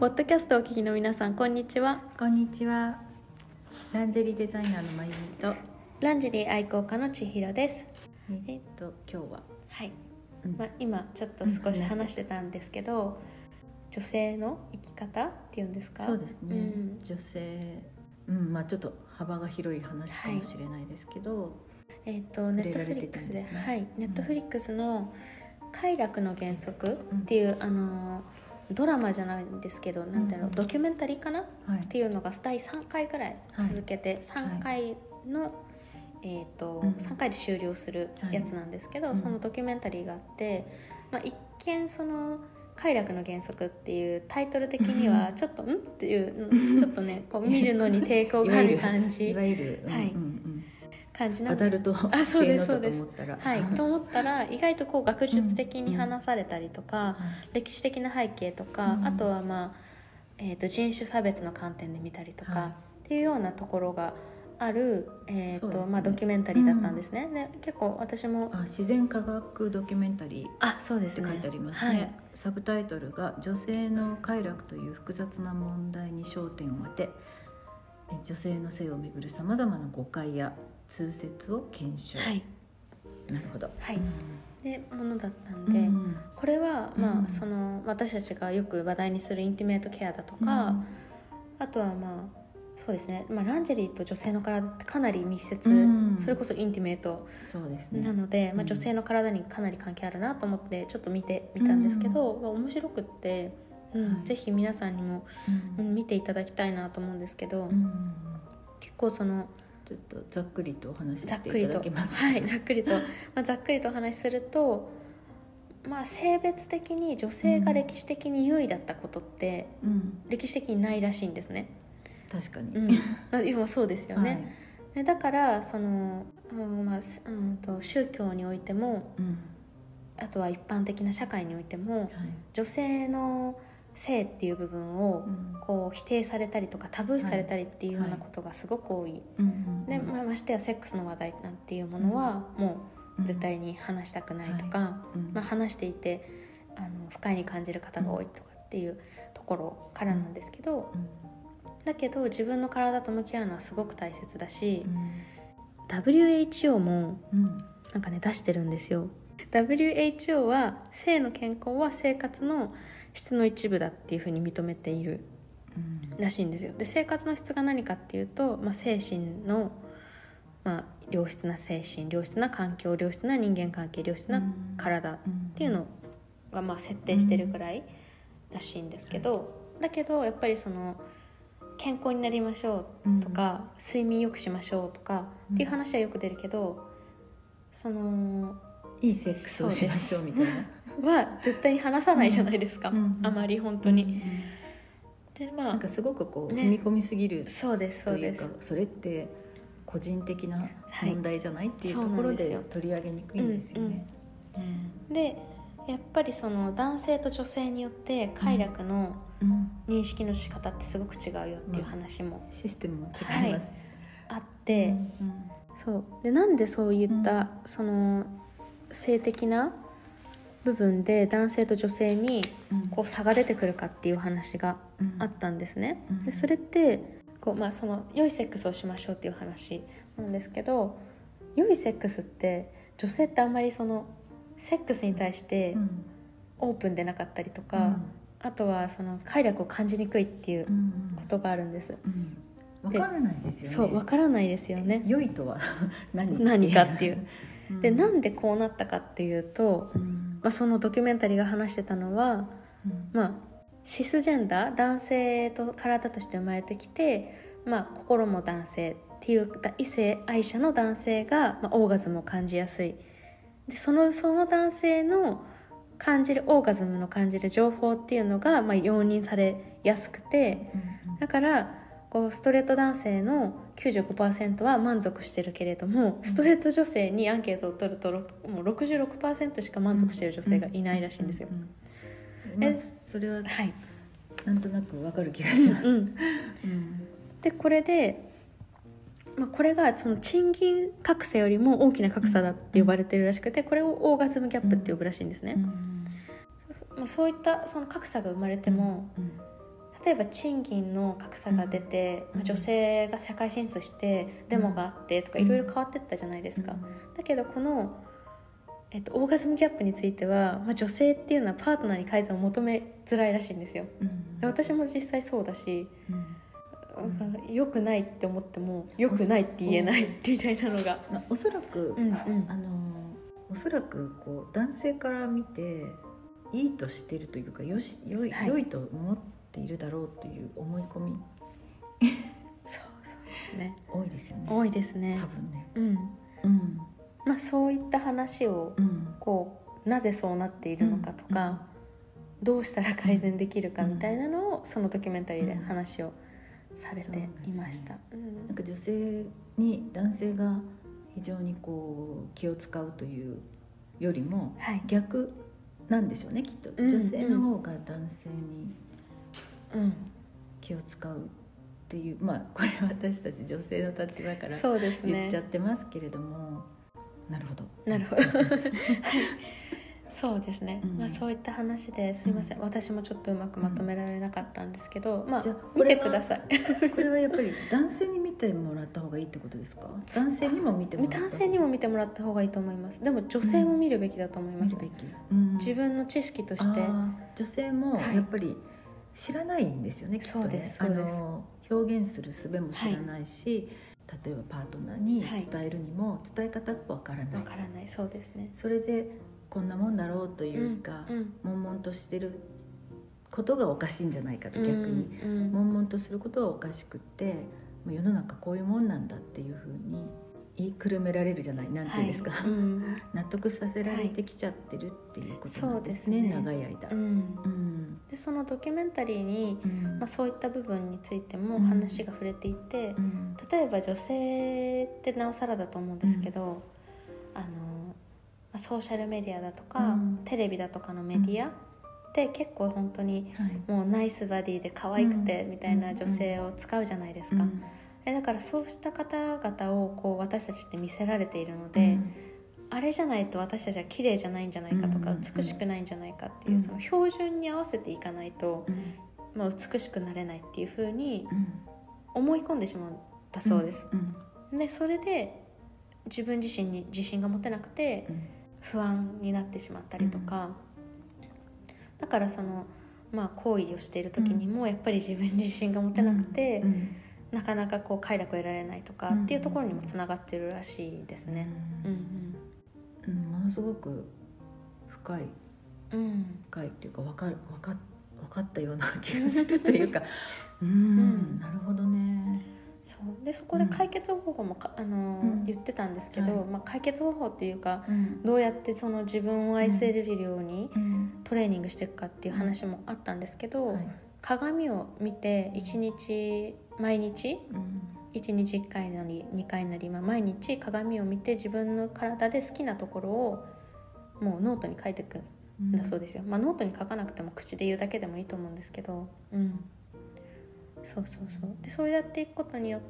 ポッドキャストをお聞きの皆さん、こんにちは。 こんにちは。ランジェリーデザイナーのまゆみとランジェリー愛好家の千尋です。 今日ははい、今ちょっと少し話してたんですけど、女性の生き方っていうんですか。 そうですね、女性、ちょっと幅が広い話かもしれないですけど、 ネットフリックスで、ネットフリックスの快楽の原則っていう、ドラマじゃないんですけど、なんだろう、ドキュメンタリーかな、っていうのが第3回ぐらい続けて、3回の、3回で終了するやつなんですけど、そのドキュメンタリーがあって、一見その快楽の原則っていうタイトル的にはちょっとっていうちょっとねこう見るのに抵抗がある感じいわゆる感じなんアダルト系のだと思ったらと思ったら意外とこう学術的に話されたりとか、歴史的な背景とか、あとは人種差別の観点で見たりとか、っていうようなところがある、ドキュメンタリーだったんですね。で結構私も自然科学ドキュメンタリーそうですね、 って書いてありますね。サブタイトルが女性の快楽という複雑な問題に焦点を当て、女性の性をめぐるさまざまな誤解や通説を検証、なるほど、でものだったんで、これは、その私たちがよく話題にするインティメートケアだとか、あとはそうですね、ランジェリーと女性の体ってかなり密接、それこそインティメートなので、女性の体にかなり関係あるなと思ってちょっと見てみたんですけど、面白くって、ぜひ皆さんにも、見ていただきたいなと思うんですけど、結構そのちょっとざっくりとお話ししていただけますか。 ざっくりとお話しすると、性別的に女性が歴史的に優位だったことって、歴史的にないらしいんですね。 確かに、 今そうですよね、だからその、宗教においても、あとは一般的な社会においても、女性の性っていう部分をこう否定されたりとかタブー視されたりっていうようなことがすごく多い、でましてやセックスの話題なんていうものはもう絶対に話したくないとか、話していて不快に感じる方が多いとかっていうところからなんですけど、だけど自分の体と向き合うのはすごく大切だし、WHO もなんかね出してるんですよ。 WHO は性の健康は生活の質の一部だっていうふうに認めているらしいんですよ。で生活の質が何かっていうと、精神の、良質な精神、良質な環境、良質な人間関係、良質な体っていうのが設定してるくらいらしいんですけど、だけどやっぱりその健康になりましょうとか、睡眠よくしましょうとかっていう話はよく出るけど、そのいいセックスをしましょうみたいなは絶対に話さないじゃないですか、あまり本当に、でなんかすごくこう、踏み込みすぎるそうですそうです。 それって個人的な問題じゃない、っていうところで取り上げにくいんですよね。 でやっぱりその男性と女性によって快楽の認識の仕方ってすごく違うよっていう話も、 システムも違います、 あって、そうでなんでそういった、その性的な部分で男性と女性にこう差が出てくるかっていう話があったんですね。でそれってこう、その良いセックスをしましょうっていう話なんですけど、良いセックスって女性ってあんまりそのセックスに対してオープンでなかったりとか、あとはその快楽を感じにくいっていうことがあるんです。 わからないですよね。 そう、わからないですよね。 良いとは何かっていう。でなんでこうなったかっていうと、そのドキュメンタリーが話してたのは、シスジェンダー、男性と体として生まれてきて、心も男性っていう異性愛者の男性が、オーガズムを感じやすい。でその男性の感じるオーガズムの感じる情報っていうのが、容認されやすくて、だからこうストレート男性の 95% は満足してるけれども、ストレート女性にアンケートを取るともう 66% しか満足してる女性がいないらしいんですよ。 それはなんとなくわかる気がします。 でこれでこれがその賃金格差よりも大きな格差だって呼ばれてるらしくて、これをオーガズムギャップって呼ぶらしいんですね。そういったその格差が生まれても、 例えば賃金の格差が出て、女性が社会進出してデモがあってとかいろいろ変わってったじゃないですか。だけどこの、オーガズムギャップについては、女性っていうのはパートナーに改善を求めづらいらしいんですよ。私も実際そうだし、良くないって思っても良くないって言えないみたいなのがおそらく、おそらくこう男性から見ていいとしているというか良いと思っているだろうという思い込みそうね、 多いですよね。 多いですね、 多分ね。 そういった話を、こうなぜそうなっているのかとか、どうしたら改善できるかみたいなのを、そのドキュメンタリーで話をされていました。 なんか女性に男性が非常にこう気を使うというよりも、逆なんでしょうね、きっと。女性の方が男性に気を使うっていう、これは私たち女性の立場から言っちゃってますけれども、なるほどそうですね、そういった話ですいません、私もちょっとうまくまとめられなかったんですけど、じゃあ見てください。 これはやっぱり男性に見てもらった方がいいってことですか？男性にも見てもらった方がいいと思います。でも女性も見るべきだと思います、自分の知識として。 女性もやっぱり知らないんですよね、きっとね。表現する術も知らないし、例えばパートナーに伝えるにも伝え方がわからない。 そうですね。 それでこんなもんだろうというか、悶々としてることがおかしいんじゃないかと、逆に悶々とすることがおかしくって、もう世の中こういうもんなんだっていうふうに言いくるめられるじゃない、なんていうんですか、納得させられてきちゃってるっていうことなんですね、長い間。 でそのドキュメンタリーに、そういった部分についても話が触れていて、例えば女性ってなおさらだと思うんですけど、ソーシャルメディアだとか、テレビだとかのメディアって結構本当にもうナイスバディで可愛くてみたいな女性を使うじゃないですか。だからそうした方々をこう私たちって見せられているので、あれじゃないと私たちは綺麗じゃないんじゃないかとか、美しくないんじゃないかっていう、その標準に合わせていかないと、美しくなれないっていう風に思い込んでしまったそうです。でそれで自分自身に自信が持てなくて不安になってしまったりとか、だからその行為をしている時にもやっぱり自分に自信が持てなくて、なかなかこう快楽を得られないとかっていうところにもつながってるらしいですね。 ものすごく深いっていうか分かったような気がするというかなるほどね。 そこで解決方法も言ってたんですけど、解決方法っていうか、どうやってその自分を愛せれるようにトレーニングしていくかっていう話もあったんですけど、鏡を見て毎日1日1回なり2回なり、毎日鏡を見て自分の体で好きなところをもうノートに書いていくんだそうですよ。ノートに書かなくても口で言うだけでもいいと思うんですけど、でそうやっていくことによって、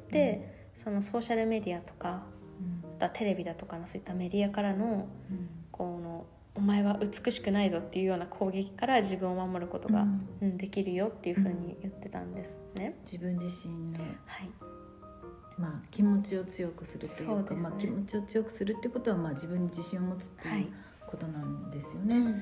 そのソーシャルメディアとか、テレビだとかのそういったメディアからの、お前は美しくないぞっていうような攻撃から自分を守ることが、できるよっていうふうに言ってたんですね。 自分自身の、気持ちを強くするというか、気持ちを強くするってことは、自分に自信を持つっていうことなんですよね。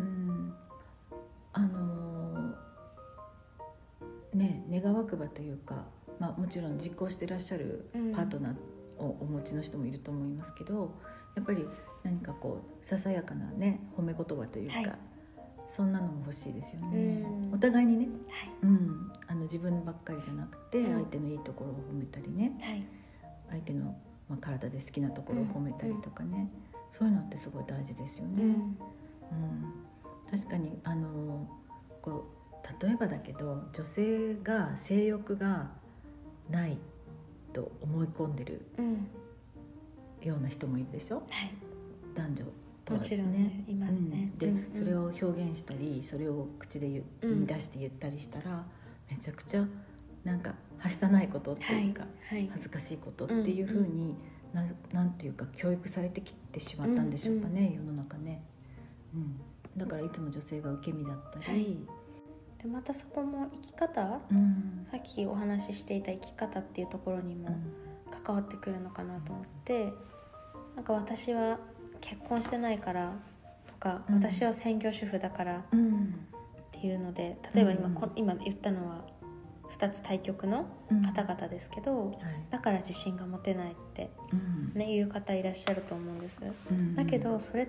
願わくばというか、もちろん実行していらっしゃるパートナーをお持ちの人もいると思いますけど、やっぱり何かこうささやかなね褒め言葉というか、そんなのも欲しいですよね。お互いにね、自分ばっかりじゃなくて、相手のいいところを褒めたりね、相手の、体で好きなところを褒めたりとかね、そういうのってすごい大事ですよね。確かにこう例えばだけど、女性が性欲がないと思い込んでるような人もいるでしょ、男女とはですね。 いますね。 で、それを表現したり、それを口で言い出して言ったりしたら、めちゃくちゃなんかはしたないことっていうか、恥ずかしいことっていう風になんていうか教育されてきてしまったんでしょうかね、世の中ね。だからいつも女性が受け身だったり、 でまたそこも生き方、さっきお話ししていた生き方っていうところにも関わってくるのかなと思って、なんか私は結婚してないからとか、私は専業主婦だからっていうので、例えば今言ったのは2つ対極の方々ですけど、だから自信が持てないって、ね、いう方いらっしゃると思うんです、だけどそれって、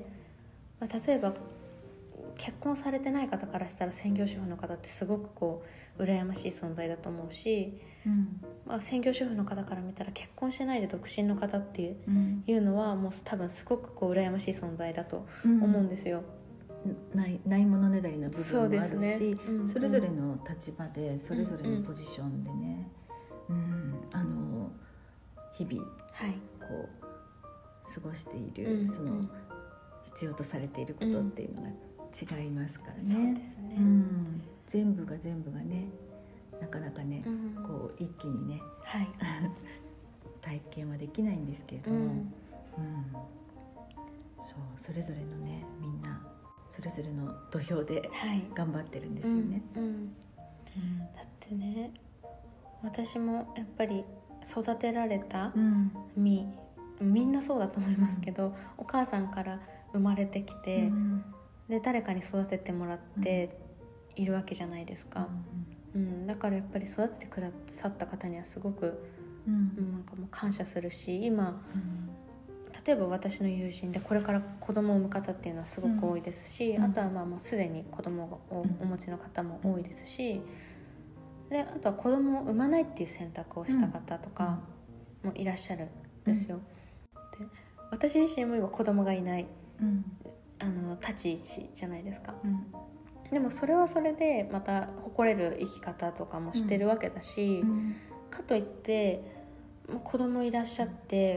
例えば結婚されてない方からしたら専業主婦の方ってすごくこう羨ましい存在だと思うし、専業主婦の方から見たら結婚してないで独身の方っていうのはもう多分すごくこう羨ましい存在だと思うんですよ、 ないものねだりな部分もあるし、 ね、 それぞれの立場でそれぞれのポジションでね、日々こう過ごしている、その必要とされていることっていうのが違いますからね。 そうですね、 全部がねなかなかね、こう一気にね、体験はできないんですけれども、そうそれぞれのねみんなそれぞれの土俵で頑張ってるんですよね。 だってね、私もやっぱり育てられたみんなそうだと思いますけど、お母さんから生まれてきて、で誰かに育ててもらっているわけじゃないですか、だからやっぱり育ててくださった方にはすごく、なんかもう感謝するし、今、例えば私の友人でこれから子供を産む方っていうのはすごく多いですし、あとはもうすでに子供をお持ちの方も多いですし、であとは子供を産まないっていう選択をした方とかもいらっしゃるんですよ、で私自身も今子供がいない、立ち位置じゃないですか、でもそれはそれでまた誇れる生き方とかもしてるわけだし、かといってもう子供いらっしゃって、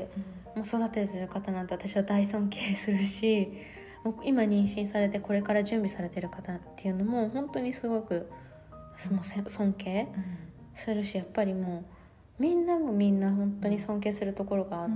もう育ててる方なんて私は大尊敬するし、もう今妊娠されてこれから準備されてる方っていうのも本当にすごく尊敬するし、やっぱりもうみんな本当に尊敬するところがあって、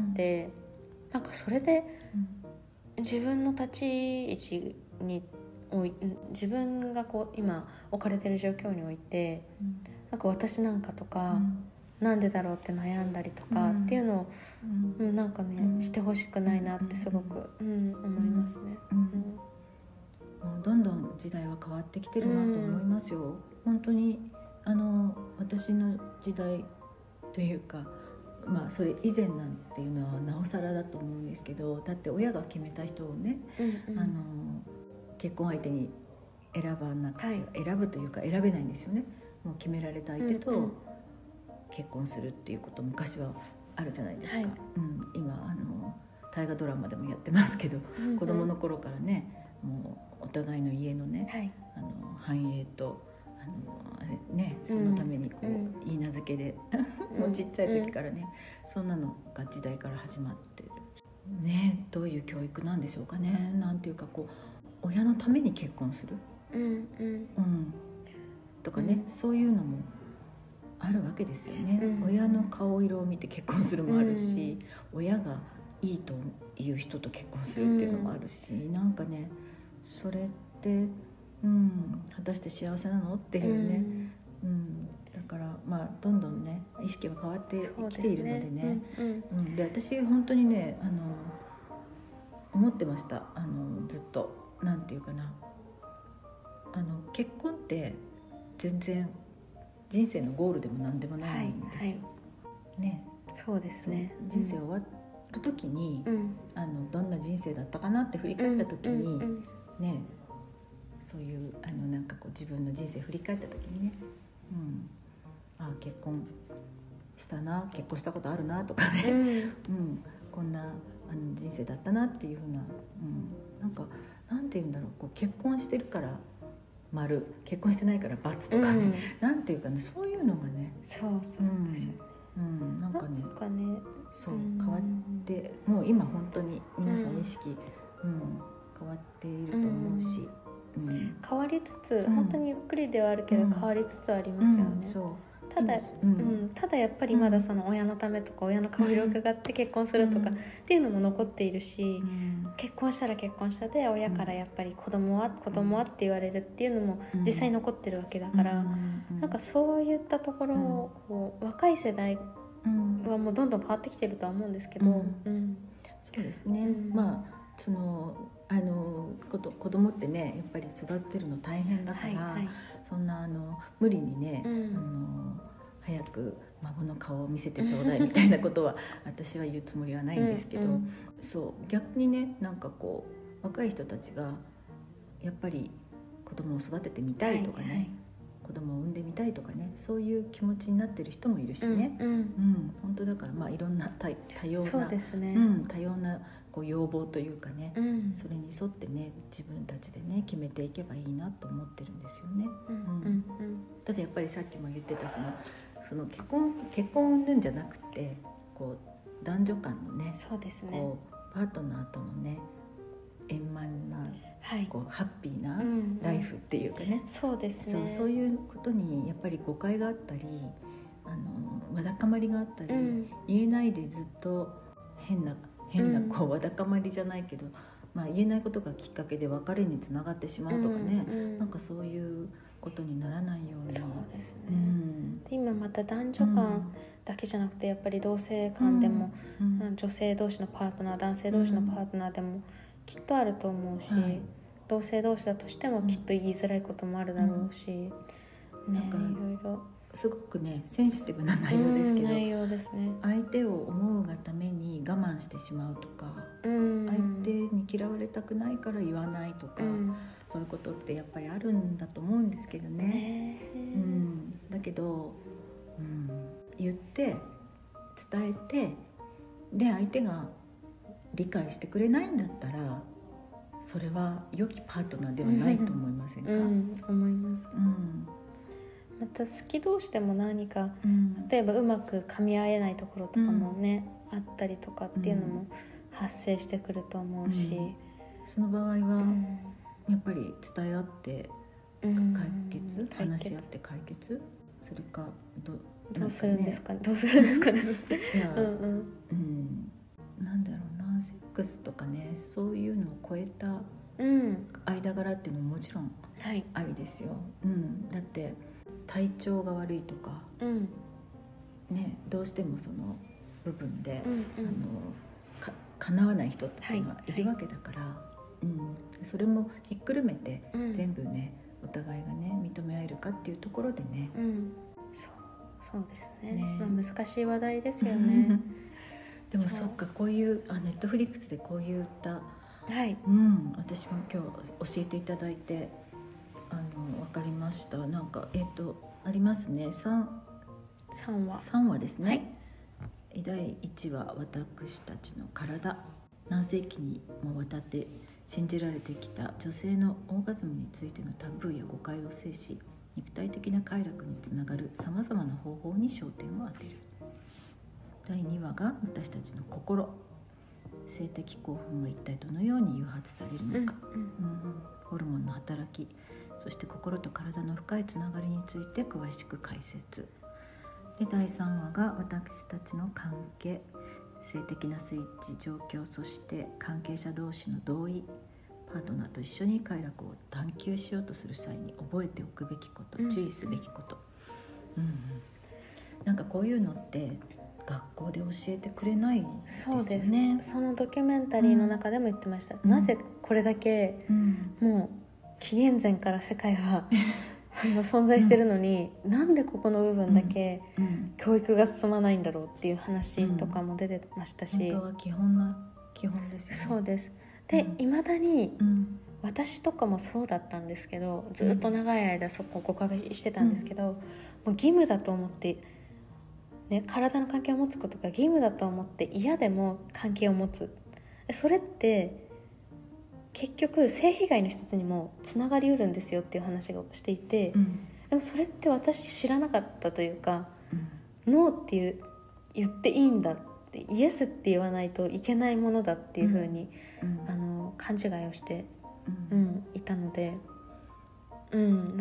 なんかそれで自分の立ち位置に自分がこう今置かれてる状況において、なんか私なんかとか、なんでだろうって悩んだりとかっていうのを、なんかね、してほしくないなってすごく、思いますね、 もうどんどん時代は変わってきてるなと思いますよ、本当に私の時代というか、それ以前なんていうのはなおさらだと思うんですけど、だって親が決めた人をね、結婚相手に選ばなくて、選ぶというか選べないんですよね。もう決められた相手と結婚するっていうこと昔はあるじゃないですか、今大河ドラマでもやってますけど、子供の頃からね、もうお互いの家のね、繁栄とあれね、そのためにこう、言い名付けでもうちっちゃい時からね、そんなのが時代から始まってるね。どういう教育なんでしょうかね。なんていうかこう親のために結婚する、とかね、そういうのもあるわけですよね、親の顔色を見て結婚するもあるし、親がいいという人と結婚するっていうのもあるし、なんかね、それって果たして幸せなのっていうね、だからどんどんね意識は変わってきているのでね、で私本当にね思ってました、ずっとなんていうかな、結婚って全然人生のゴールでも何でもないんですよ、ね。 そうですね。 人生終わる時に、どんな人生だったかなって振り返った時に、ね、そういうなんかこう自分の人生振り返った時にね、結婚したな、結婚したことあるなとかね、こんな人生だったなっていうふうな、なんかなんていうんだろう、こう結婚してるから丸、結婚してないから×とかね、なんていうかね、そういうのがね、 そうですよね、 なんかね、そう変わって、もう今本当に皆さん意識、変わっていると思うし、 変わりつつ、本当にゆっくりではあるけど変わりつつありますよね、 ただ、ただやっぱりまだその親のためとか親の顔色を伺って結婚するとかっていうのも残っているし、結婚したら結婚したで親からやっぱり子供はって言われるっていうのも実際残ってるわけだから、なんかそういったところをこう若い世代はもうどんどん変わってきてるとは思うんですけど、 そうですね、まあその子供ってねやっぱり育ってるの大変だから、そんな無理にね、早く孫の顔を見せてちょうだいみたいなことは私は言うつもりはないんですけど、そう逆にねなんかこう若い人たちがやっぱり子供を育ててみたいとかね、子供を産んでみたいとかね、そういう気持ちになってる人もいるしね、本当だからまあいろんな多様な、 そうですね、 多様なこう要望というかね、それに沿ってね自分たちでね決めていけばいいなと思ってるんですよね。ただやっぱりさっきも言ってたその結婚を産んでんじゃなくてこう男女間のね、 そうですね、 こうパートナーとのね円満な、こうハッピーなライフっていうかね、 そうですね、 そういうことにやっぱり誤解があったりわだかまりがあったり、言えないでずっと変なこうわだかまりじゃないけど、まあ、言えないことがきっかけで別れにつながってしまうとかね、なんかそういうことにならないように。 そうですね、で今また男女間だけじゃなくてやっぱり同性間でも、女性同士のパートナー男性同士のパートナーでもきっとあると思うし、同性同士だとしてもきっと言いづらいこともあるだろうし、ね、いろいろすごくねセンシティブな内容ですけど、 内容ですね、 相手を思うがために我慢してしまうとか、相手に嫌われたくないから言わないとか、そういうことってやっぱりあるんだと思うんですけどね。だけど、言って伝えてで相手が理解してくれないんだったらそれは良きパートナーではないと思いませんか？ 思います。また好き同士でも何か、例えばうまく噛み合えないところとかもね、あったりとかっていうのも発生してくると思うし、 その場合はやっぱり伝え合って話し合って解決するかどうするんですかね。どうするんですかね。 なんだろうな、セックスとかねそういうのを超えた間柄っていうのももちろんありですよ。だって体調が悪いとか、ね、どうしてもその部分で、叶わない人っていうのはいるわけだから、それもひっくるめて全部ね、お互いがね認め合えるかっていうところでね、 そうですね、難しい話題ですよね。 でもそっか、こういうネットフリックスでこういう歌、私も今日教えていただいて分かりました。なんかありますね、3話ですね、第1話私たちの体、何世紀にもわたって信じられてきた女性のオーガズムについてのタブーや誤解を制し肉体的な快楽につながるさまざまな方法に焦点を当てる。第2話が私たちの心、性的興奮は一体どのように誘発されるのか、ホルモンの働き、そして心と体の深いつながりについて詳しく解説で、第3話が私たちの関係、性的なスイッチ状況、そして関係者同士の同意、パートナーと一緒に快楽を探求しようとする際に覚えておくべきこと、注意すべきこと、なんかこういうのって学校で教えてくれないですよね。そうですね。 そのドキュメンタリーの中でも言ってました、なぜこれだけ、もう紀元前から世界は存在してるのに、なんでここの部分だけ教育が進まないんだろうっていう話とかも出てましたし、 本当は基本ですよね。 そうです。で、未だに、私とかもそうだったんですけど、ずっと長い間そこを誤解してたんですけど、もう義務だと思って、体の関係を持つことが義務だと思って嫌でも関係を持つ、それって結局性被害の一つにもつながりうるんですよっていう話をしていて、でもそれって私知らなかったというか、ノーって言っていいんだって、イエスって言わないといけないものだっていう風に、勘違いをして、いたので、な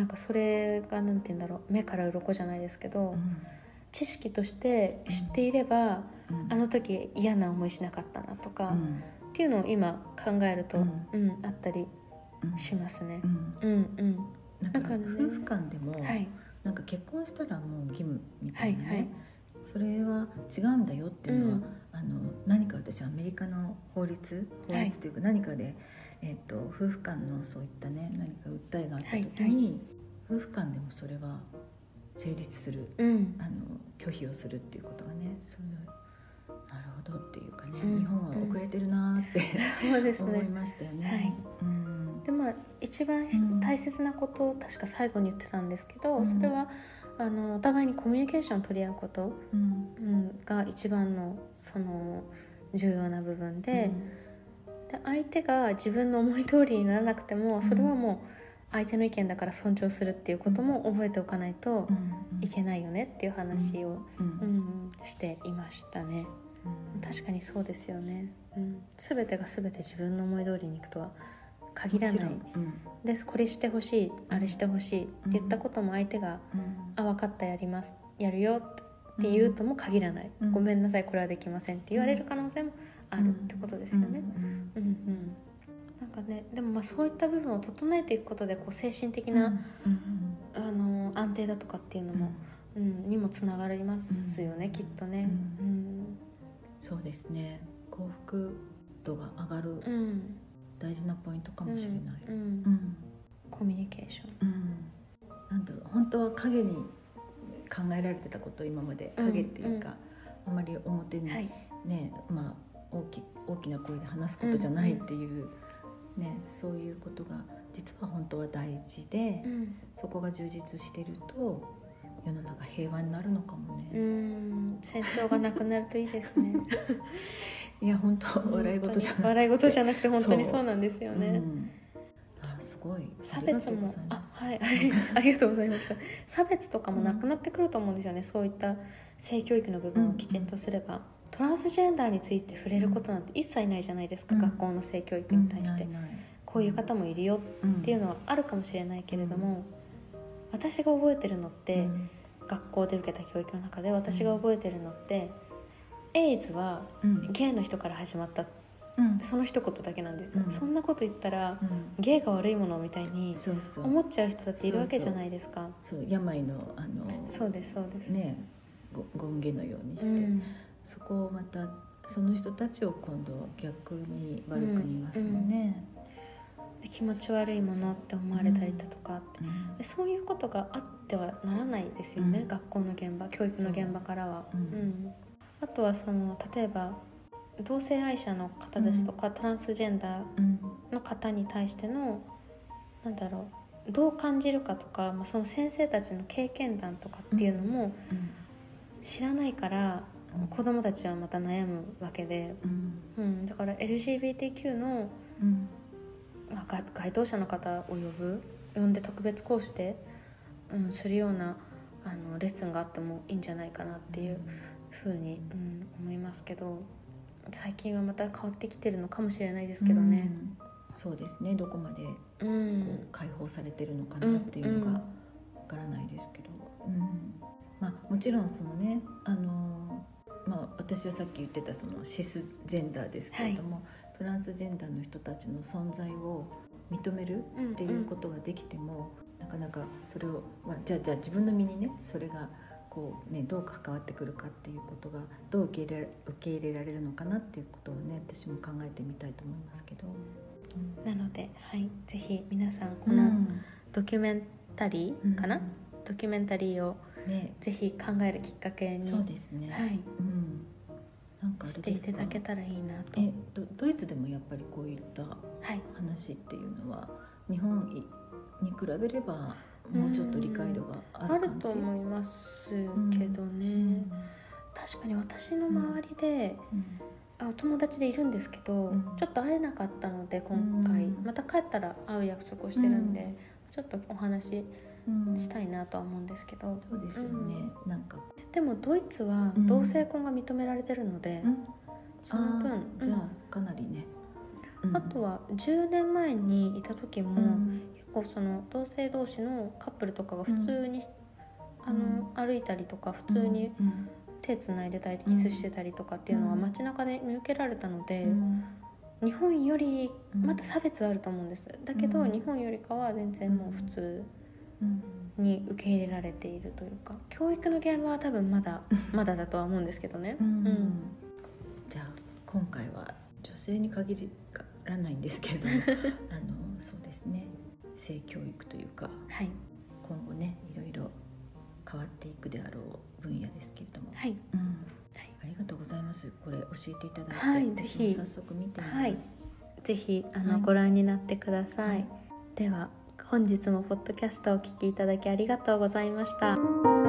なんかそれがなんて言うんだろう、目から鱗じゃないですけど、知識として知っていれば、あの時嫌な思いしなかったなとか、っていうのを今考えると、あったりしますね。 だから夫婦間でも、なんか結婚したらもう義務みたいなね、それは違うんだよっていうのは、何か私アメリカの法律というか何かで、夫婦間のそういったね何か訴えがあった時に、夫婦間でもそれは成立する、拒否をするっていうことがね、そういうなるほどっていうかね、日本は遅れてるなって、そうですね、思いましたよね。 で一番大切なことを確か最後に言ってたんですけど、それはお互いにコミュニケーションを取り合うこと、が一番のその重要な部分で、相手が自分の思い通りにならなくても、それはもう相手の意見だから尊重するっていうことも覚えておかないといけないよねっていう話を、していましたね。確かにそうですよね。全てが全て自分の思い通りにいくとは限らないです。これしてほしい、あれしてほしいって言ったことも相手があ、分かった、やります、やるよって言うとも限らない、ごめんなさいこれはできませんって言われる可能性もあるってことですよね。なんかね、でもそういった部分を整えていくことで精神的な、安定だとかっていうのも、にもつながりますよね、きっとね。 そうですね、幸福度が上がる、大事なポイントかもしれない。 コミュニケーション、 なんだろう、本当は影に考えられてたことを今まで影っていうか、あまり表にね、大きな声で話すことじゃないっていう、そういうことが実は本当は大事で、そこが充実してると世の中平和になるのかもね。 戦争がなくなるといいですね。 いや本当笑い事じゃなくて、 笑い事じゃなくて本当にそうなんですよね。 すごい差別もありがとうございます。差別とかもなくなってくると思うんですよね。そういった性教育の部分をきちんとすれば、トランスジェンダーについて触れることなんて一切ないじゃないですか、学校の性教育に対して。こういう方もいるよっていうのはあるかもしれないけれども、私が覚えてるのって、学校で受けた教育の中で私が覚えてるのって、エイズはゲイの人から始まった、その一言だけなんですよ。そんなこと言ったら、ゲイが悪いものみたいに思っちゃう人だっているわけじゃないですか。 病のそうですそうですね、権下のようにして、そこをまたその人たちを今度は逆に悪く言いますもんね。 気持ち悪いものって思われたりだとかって、そういうことがあってはならないですよね、学校の現場、教育の現場からは。あとは例えば同性愛者の方ですとか、トランスジェンダーの方に対してのなんだろう、どう感じるかとか、その先生たちの経験談とかっていうのも知らないから、子どもたちはまた悩むわけで、だから LGBTQ の該当者の方を呼んで特別講師で、するようなレッスンがあってもいいんじゃないかなっていうふうに、思いますけど、最近はまた変わってきてるのかもしれないですけどね。 そうですね、どこまでこう解放されてるのかなっていうのがわからないですけど、もちろんそのね、私はさっき言ってたそのシスジェンダーですけれども、トランスジェンダーの人たちの存在を認めるっていうことができても、なかなかそれを、じゃあ自分の身にね、それがこうね、どう関わってくるかっていうことがどう受け入れられるのかなっていうことをね、私も考えてみたいと思いますけど、 なので、ぜひ皆さんこのドキュメンタリーかな、ドキュメンタリーをぜひ考えるきっかけに、 そうですね、なんかしていただけたらいいなと。 ドイツでもやっぱりこういった話っていうのは、日本に比べればもうちょっと理解度がある感じ？ あると思いますけどね、確かに私の周りで、お友達でいるんですけど、ちょっと会えなかったので今回、また帰ったら会う約束をしてるんで、ちょっとお話ししたいなとは思うんですけど、 そうですよね、なんかでもドイツは同性婚が認められてるので、その分じゃあかなりね、 あとは10年前にいた時も、 構その同性同士のカップルとかが普通に、歩いたりとか普通に手つないでたりキスしてたりとかっていうのは街中で見受けられたので、日本よりまた差別はあると思うんです。だけど日本よりかは全然もう普通に受け入れられているというか、教育の現場は多分まだだとは思うんですけどね。 じゃあ今回は女性に限らないんですけれどもそうですね、性教育というか、 はい、 今後ねいろいろ変わっていくであろう分野ですけれども、 はい、 ありがとうございます。これ教えていただいて、 はい、ぜひ早速見てみます。はい、 ぜひご覧になってください。では本日もポッドキャストをお聞きいただきありがとうございました。